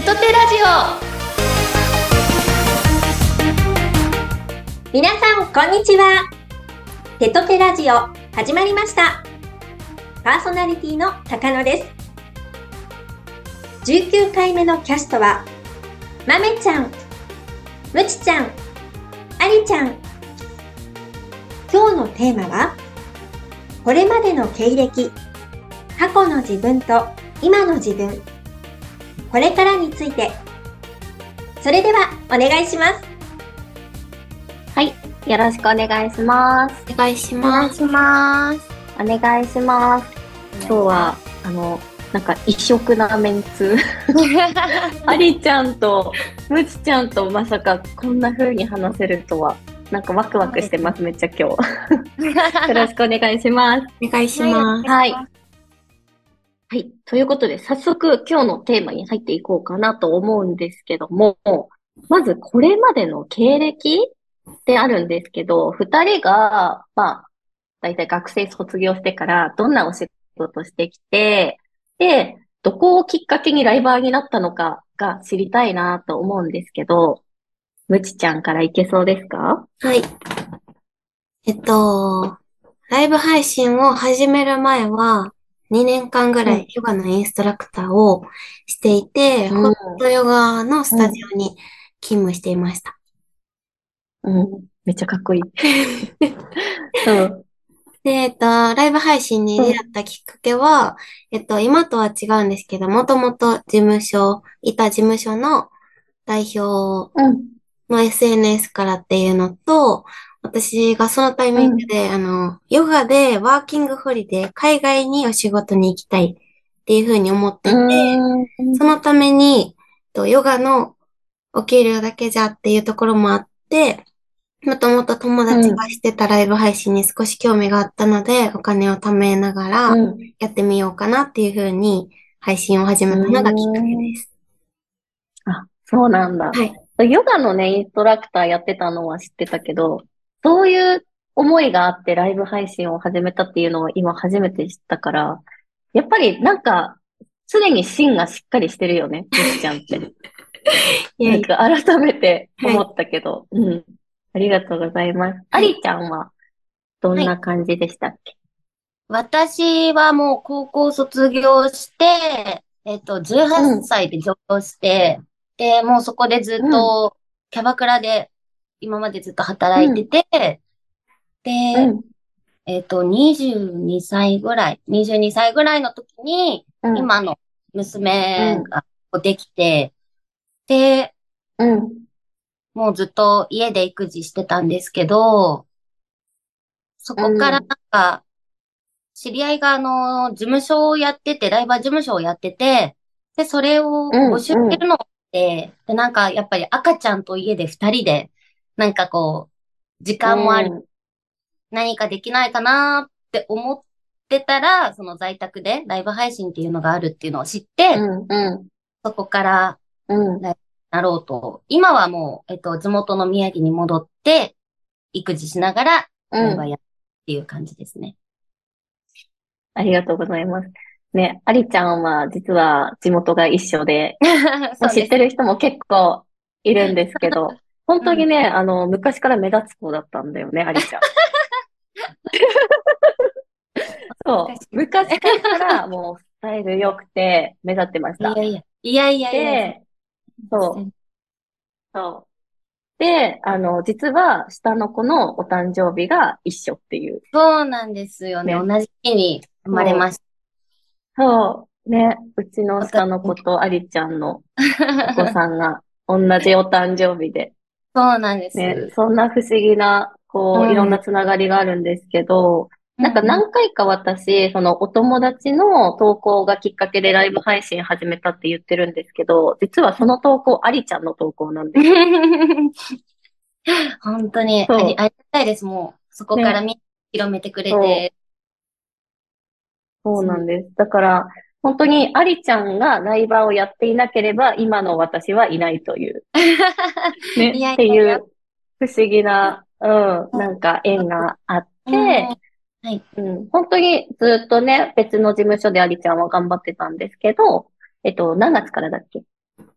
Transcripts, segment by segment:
トテラジオ。皆さんこんにちは。テトテラジオ始まりました。パーソナリティの高野です。19回目のキャストはまめちゃん、むちちゃん、ありちゃん。今日のテーマはこれまでの経歴、過去の自分と今の自分、これからについて。それではお願いします。 はい、よろしくお願いします。 オお願いしお願いします。お願いします。今日はなんか異色なメンツありちゃんとむちちゃんとまさかこんな風に話せるとは、なんかワクワクしてます。めっちゃ今日よろしくお願いします。 お願いします。 はい。はい。ということで、早速今日のテーマに入っていこうかなと思うんですけども、まずこれまでの経歴ってあるんですけど、二人が、だいたい学生卒業してからどんなお仕事してきて、で、どこをきっかけにライバーになったのかが知りたいなと思うんですけど、むちちゃんからいけそうですか？ はい。ライブ配信を始める前は、2年間ぐらいヨガのインストラクターをしていて、ホットヨガのスタジオに勤務していました。 めっちゃかっこいい。 で、ライブ配信に出会ったきっかけは、今とは違うんですけど、もともといた事務所の代表の SNS からっていうのと、私がそのタイミングで、ヨガでワーキングホリデー、海外にお仕事に行きたいっていうふうに思ってて、そのために、ヨガのお給料だけじゃっていうところもあって、もともと友達がしてたライブ配信に少し興味があったので、お金を貯めながらやってみようかなっていうふうに配信を始めたのがきっかけです。 あ、そうなんだ。 はい。 ヨガのね、インストラクターやってたのは知ってたけど、そういう思いがあってライブ配信を始めたっていうのを今初めて知ったから、やっぱりなんか、常に芯がしっかりしてるよね、むちちゃんって。なんか改めて思ったけど、ありがとうございます。ありちゃんはどんな感じでしたっけ？ 私はもう高校卒業して、18歳で上京して、で、もうそこでずっとキャバクラで今までずっと働いてて、で、22歳ぐらい、22歳ぐらいの時に、今の娘ができて、で、もうずっと家で育児してたんですけど、そこからなんか、知り合いが事務所をやってて、ライバー事務所をやってて、で、それを募集してるのって、で、なんかやっぱり赤ちゃんと家で二人で、なんかこう、時間もある、何かできないかなって思ってたら、その在宅でライブ配信っていうのがあるっていうのを知って、そこから、ライブになろうと。今はもう、地元の宮城に戻って、育児しながら、ライブやるっていう感じですね。 ありがとうございます。ね、ありちゃんは実は地元が一緒で、知ってる人も結構いるんですけど、本当にね、昔から目立つ子だったんだよね、ありちゃん。そう、昔からもうスタイル良くて目立ってました。 いや。 で、で、実は下の子のお誕生日が一緒っていう。 そうなんですよね。同じ日に生まれました。 そう。ね。うちの下の子とありちゃんのお子さんが同じお誕生日で。 そうなんです。 ね。そんな不思議な、いろんなつながりがあるんですけど、なんか何回か私、そのお友達の投稿がきっかけでライブ配信始めたって言ってるんですけど、実はその投稿、ありちゃんの投稿なんです。 本当にありがたいです。もう、そこから広めてくれて。 そうなんです。だから、本当にありちゃんがライバーをやっていなければ、今の私はいないという。ね、っていう不思議な、なんか縁があって、本当にずっとね、別の事務所でありちゃんは頑張ってたんですけど、何月からだっけ？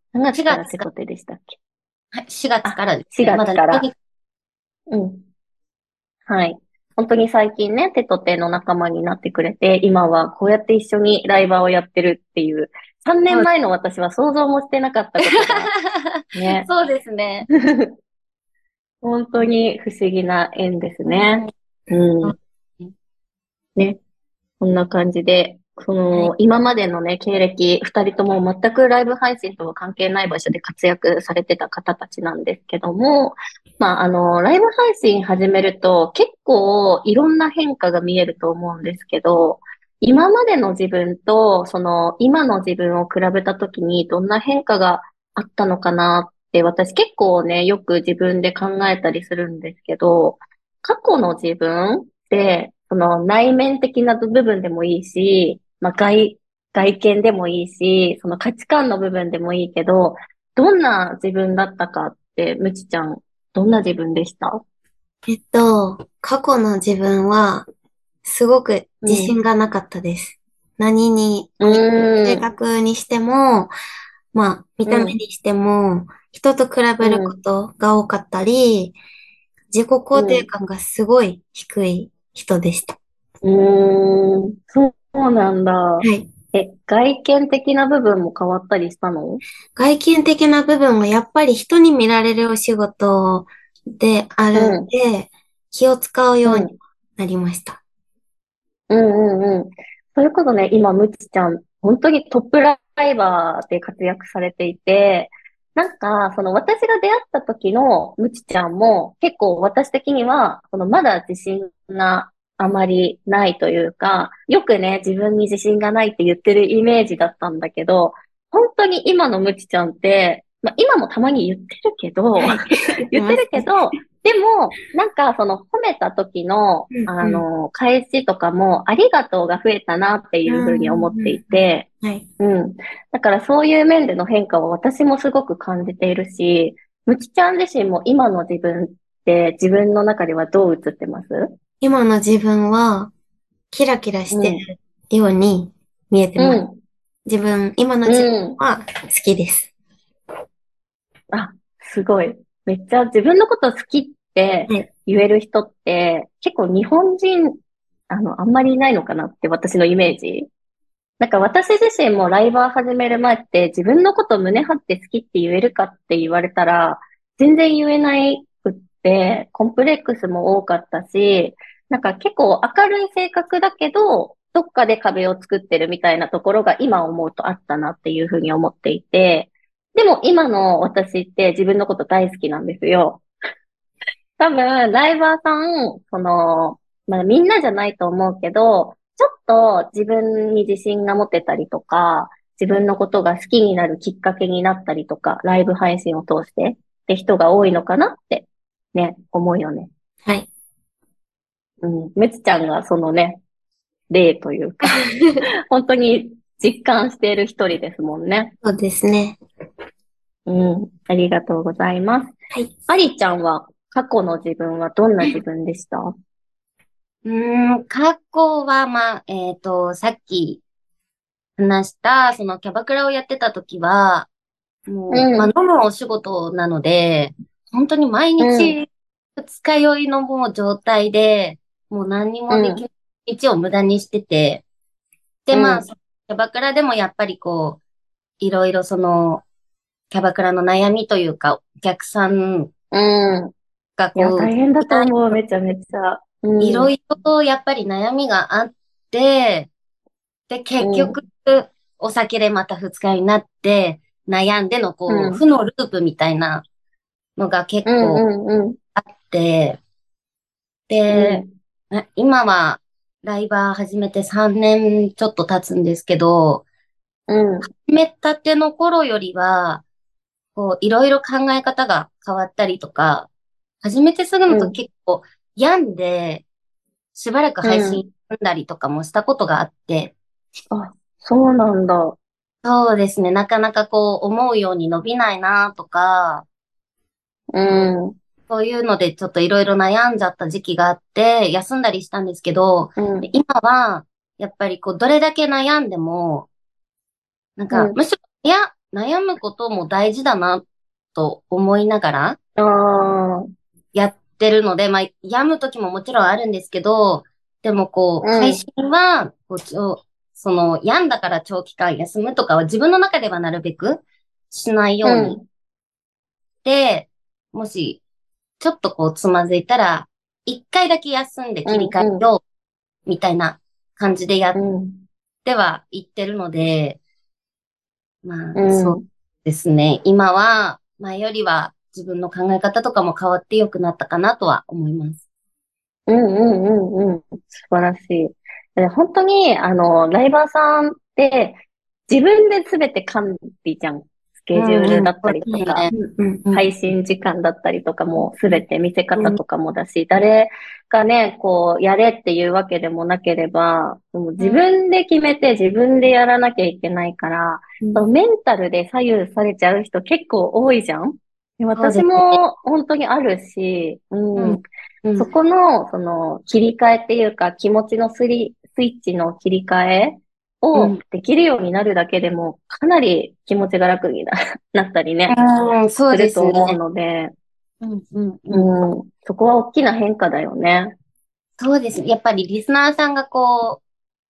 何月から 4月かテトテでしたっけ？ はい、4月からです 4 ね。まだ月から。 2ヶ月。 うん。はい。本当に最近ね、テトテの仲間になってくれて、今はこうやって一緒にライバーをやってるっていう、3年前の私は想像もしてなかったことが、ね。 そうですね。 本当に不思議な縁ですうね。 ん。 うん。ね。こんな感じで、 はい。 今までのね、経歴、二人とも全くライブ配信とは関係ない場所で活躍されてた方たちなんですけども、まあ、ライブ配信始めると結構いろんな変化が見えると思うんですけど、今までの自分と、今の自分を比べたときにどんな変化があったのかなって私結構ね、よく自分で考えたりするんですけど、過去の自分って、その内面的な部分でもいいし、まあ、外見でもいいし、その価値観の部分でもいいけど、どんな自分だったかって、むちちゃん、どんな自分でした？ 過去の自分は、すごくうん。 自信がなかったです。何に、 う性ーん。 格にしても、まあ、見た目うん。 にしても、人と比べるこうん。 とが多かったり、自己肯定うん。 感がすごい低い人でした。 うーん。そうなんだ。 はい。 外見的な部分も変わったりしたの？ 外見的な部分はやっぱり人に見られるお仕事であうるんん。 で、気を使うようにうん。 なりました。 うんうんうん。そういうことね、今、むちちゃん、本当にトップライバーで活躍されていて、なんか、その私が出会った時のむちちゃんも、結構私的には、まだ自信があまりないというか、よくね、自分に自信がないって言ってるイメージだったんだけど、本当に今のむちちゃんって、まあ今もたまに言ってるけど、 はい。言って言ってますね。 るけど、でも、なんかその褒めた時の、 うんうん。 返しとかも、ありがとうが増えたなっていうふううんうんに思っていうん。 て、 はい。 うん。だからそういう面での変化は私もすごく感じているし、むきちゃん自身も今の自分って自分の中ではどう映ってます？ 今の自分は、キラキラしうん。 てるように見えてます。 うん。 今のう自分ん。 は好きです。 あ、すごい。めっちゃ自分のこと好きってはい。 言える人って結構日本人、あんまりいないのかなって私のイメージ。なんか私自身もライバー始める前って自分のこと胸張って好きって言えるかって言われたら全然言えないくって、コンプレックスも多かったし、なんか結構明るい性格だけど、どっかで壁を作ってるみたいなところが今思うとあったなっていうふうに思っていて、でも今の私って自分のこと大好きなんですよ。多分、ライバーさん、まあみんなじゃないと思うけど、ちょっと自分に自信が持てたりとか、自分のことが好きになるきっかけになったりとか、ライブ配信を通してって人が多いのかなってね、思うよね。 はい。 うん。むつちゃんがそのね、例というか本当に実感している一人ですもんね。 そうですね。 うん。ありがとうございます。 はい。 ありちゃんは過去の自分はどんな自分でした？ 過去は、まあ、さっき話した、そのキャバクラをやってた時は、もう、まあ、 うん。 飲むお仕事なので、本当に毎うん。 日二日酔いのもう状態で、もう何にうん。 もできない、一日を無駄にしてて、で、まあ、 うん。 そのキャバクラでもやっぱりこう、いろいろその、キャバクラの悩みというか、お客さんうん。いや、 がこう、 大変だと思う。めちゃめちゃ。 いうん。 ろいろとやっぱり悩みがあって、で、 う結局、 ん。 お酒でまた二日酔いになって、悩んでのうこう、負ん。 のループみたいなのが結うん。 構うん。うん。 あって、 うで、 ん。 今はライバー始めて3年ちょっと経つんですけど、 うん。 始めたての頃よりは、こう、いろいろ考え方が変わったりとか、始めてすぐのとうん。 結構病んで、しばらくう配信ん。 組んだりとかもしたことがあって、 あ、そうなんだ。 そうですね、なかなかこう、思うように伸びないなとか、 ううん、 ん。 そういうのでちょっといろいろ悩んじゃった時期があって、休んだりしたんですけど、 うん。 で今は、やっぱりこう、どれだけ悩んでも、なんか、 うん。 むしろ、 悩むことも大事だなと思いながらああ、 やってるので、まあ、病む時ももちろんあるんですけど、でもこう、会うん、 心は、その、病んだから長期間休むとかは自分の中ではなるべくしないうように。 ん、 で、もし、ちょっとこう、つまずいたら、一回だけ休んでうん、 切り替えうん、 よう、みたいな感じでやっうん、 ては言ってるので、まうあ、そうん、 ですね。今は、前よりは自分の考え方とかも変わって良くなったかなとは思います。 うん、うん、うん。素晴らしい。本当に、ライバーさんって自分で全て管理じゃん。スケジューうんうん、 ルだったそうですね。 りとか、 うんうん配信時間だったりとかも全て見せうん。 方とかもだし、誰がね、こう、やれっていうわけでもなければ、もう自うん分で決めて自分でやらなきゃいけないから、そのうんメンタルで左右されちゃう人結構多いじゃん。で私そうですね。 も本当にあるし、 うん、うそん、 この、切り替えっていうか、気持ちのスイッチの切り替えをうん。 できるようになるだけでも、かなり気持ちが楽になったりね、 うん、そうするですね。 と思うので、 うん、うん、うん。 そこは大きな変化だよね。 そうですね。やっぱりリスナーさんがこう、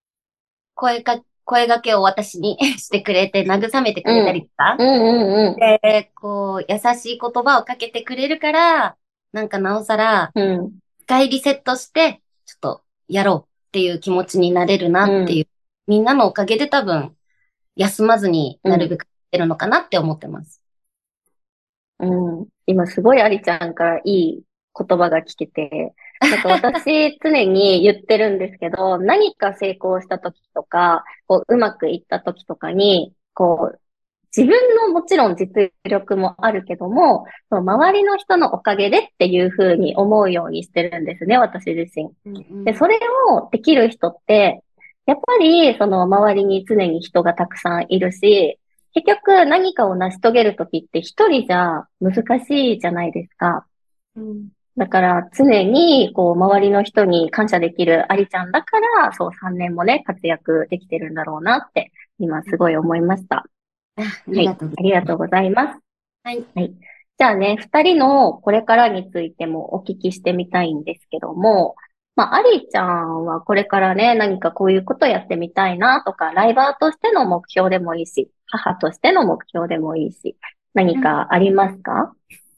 声掛けを私にしてくれて、慰めてくれたりうん。 とか、 うんうんで、こう、優しい言葉をかけてくれるから、なんかなおさら、 うん。うん。 一回リセットして、ちょっとやろうっていう気持ちになれるなうん。 っていう、みんなのおかげで多分、休まずにうん。 なるべくやってるのかなって思ってます。 うん。今すごいアリちゃんからいい言葉が聞けて、なんか私常に言ってるんですけど、何か成功した時とか、こううまくいった時とかに、こう自分のもちろん実力もあるけども、その周りの人のおかげでっていうふうに思うようにしてるんですね、私自身。 うんうで、 ん。 それをできる人って、やっぱりその周りに常に人がたくさんいるし、結局何かを成し遂げるときって一人じゃ難しいじゃないですか。 うん。 だから常にこう周りの人に感謝できるアリちゃんだから、そう3年もね、活躍できてるんだろうなって今すごい思いました。 あ、あはい。 りがとうございます。 ありがとうございます。 はい。 はい。じゃあね、二人のこれからについてもお聞きしてみたいんですけども、まあ、アリーちゃんはこれからね、何かこういうことやってみたいなとか、ライバーとしての目標でもいいし、母としての目標でもいいし、何かありますか？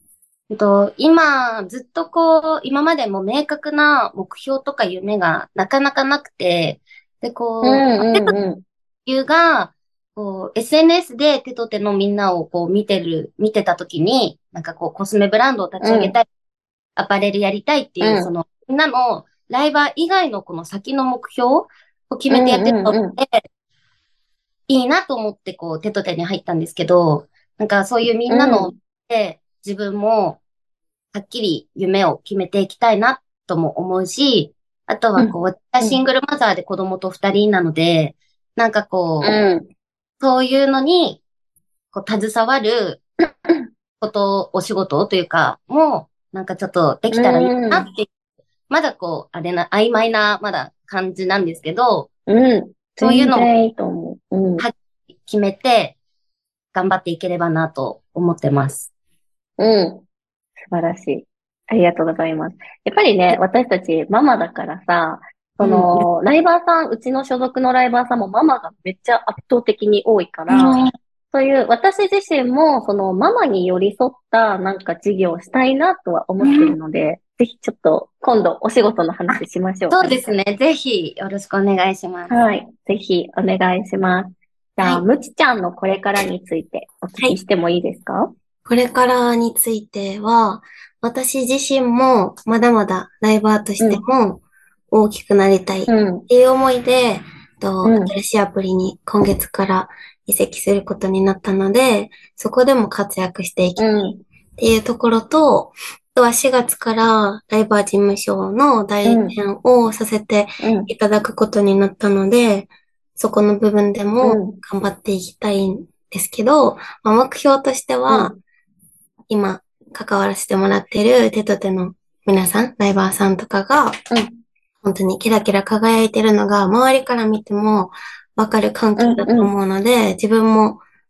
今、ずっとこう、今までも明確な目標とか夢がなかなかなくて、で、 うこう、 んうんう理由が、こう、SNS で手と手のみんなをこう見てた時に、なんかこう、コスメブランドを立ち上げん。 たい、アパレルやりたいっていう、そうん。 の、みんなのライバー以外のこの先の目標を決めてやってるうん。 のっうん。 て、いいなと思ってこう、手と手に入ったんですけど、なんかそういうみんなのを見うん。 て、自分もはっきり夢を決めていきたいなとも思うし、あとうん。 はこう、私はうん。 シングルマザーで子供と二人なので、なんかうこう、 ん。 そういうのに、こう、携わること、お仕事というか、もう、なんかちょっとできたらいいなって、まだこう、あれな、曖昧な、まだ感じなんですけど、 うん。全そういうのも然いいと思う。うん。 はっきり決めて、頑張っていければなと思ってます。 うん。素晴らしい。ありがとうございます。やっぱりね、私たちママだからさ、 うん、うん、 ライバーさん、うちの所属のライバーさんもママがめっちゃ圧倒的に多いから、そういう私自身もそのママに寄り添ったなんか事業をしたいなとは思ってるので、ぜひちょっと今度お仕事の話しましょう、 そうありちゃん。 ですね。ぜひよろしくお願いします。 はい。ぜひお願いします。じゃあ、 はい。 むちちゃんのこれからについてお聞はい。 きしてもいいですか？ これからについては、私自身もまだまだライバーとしうん、 ても大きくなりたいっうん、 ていう思いで、 うん、 新しいアプリに今月から移籍することになったので、そこでも活躍していきうたいん、 っていうところと、あとは4月からライバー事務所の代理うん、 店をさせてうん、 いただくことになったので、そこの部分でもうん、 頑張っていきたいんですけど、まあ、目標としては、 うん、 今関わらせてもらっている手と手の皆さん、ライバーさんとかが、 うん、 本当にキラキラ輝いてるのが、周りから見てもわかる環境うん、うん、 だと思うので、自分も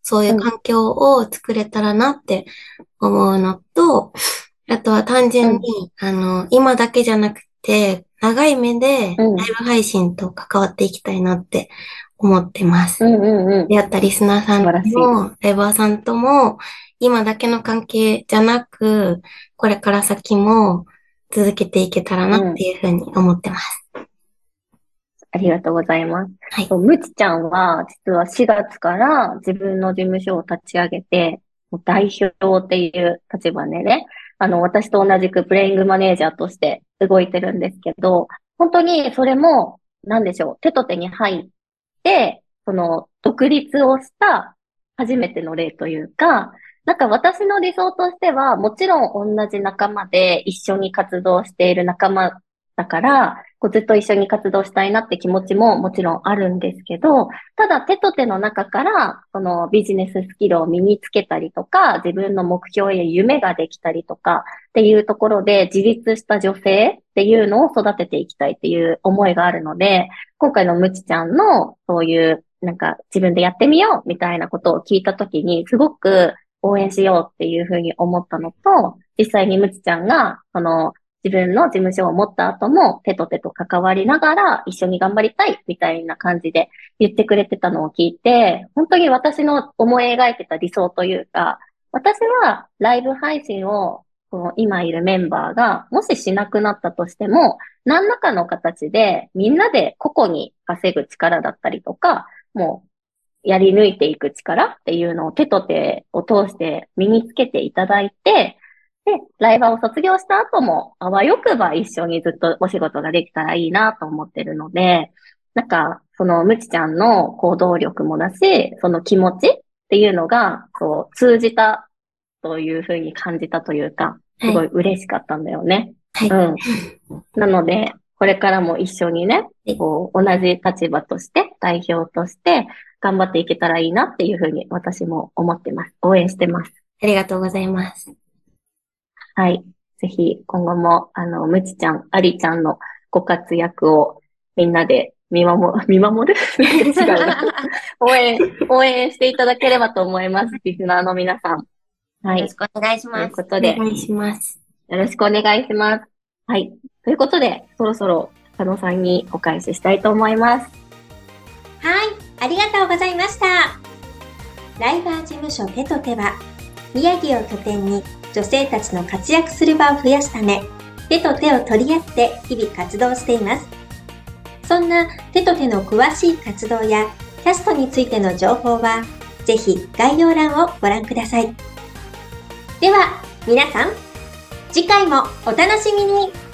そういう環境を作れたらなって思うのと、あとは単純に、今だけじゃなくて、長い目でライブ配信と関わっていきたいなって思ってます。であったリスナーさんとも、ライバーさんとも、今だけの関係じゃなく、これから先も続けていけたらなっていうふうに思ってます。 ありがとうございます。 はい。 むちちゃんは、実は4月から自分の事務所を立ち上げて、代表っていう立場でね、私と同じくプレイングマネージャーとして動いてるんですけど、本当にそれも、なんでしょう、手と手に入って、独立をした初めての例というか、なんか私の理想としては、もちろん同じ仲間で一緒に活動している仲間だから、ずっと一緒に活動したいなって気持ちももちろんあるんですけど、ただ手と手の中から、ビジネススキルを身につけたりとか、自分の目標や夢ができたりとかっていうところで自立した女性っていうのを育てていきたいっていう思いがあるので、今回のむちちゃんのそういうなんか自分でやってみようみたいなことを聞いたときにすごく応援しようっていうふうに思ったのと、実際にむちちゃんが自分の事務所を持った後も手と手と関わりながら一緒に頑張りたいみたいな感じで言ってくれてたのを聞いて、本当に私の思い描いてた理想というか、私はライブ配信を今いるメンバーがもししなくなったとしても、何らかの形でみんなで個々に稼ぐ力だったりとか、もうやり抜いていく力っていうのを手と手を通して身につけていただいて、で、ライバーを卒業した後も、あわよくば一緒にずっとお仕事ができたらいいなと思ってるので、なんか、むちちゃんの行動力もだし、その気持ちっていうのが、通じたというふうに感じたというか、すごい嬉しかったんだよね。 はい。 なので、これからも一緒にね、同じ立場として、代表として、頑張っていけたらいいなっていうふうに私も思ってます。応援してます。 ありがとうございます。 はい。ぜひ、今後も、むちちゃん、ありちゃんのご活躍をみんなで見守る違う応援していただければと思います。リスナーの皆さん。 はい。よろしくお願いします。 ということで。 お願いします。 よろしくお願いします。はい。ということで、そろそろ、佐野さんにお返ししたいと思います。 はい。ありがとうございました。ライバー事務所手と手は、宮城を拠点に、女性たちの活躍する場を増やすため、手と手を取り合って日々活動しています。そんな手と手の詳しい活動やキャストについての情報は、ぜひ概要欄をご覧ください。では、皆さん、次回もお楽しみに。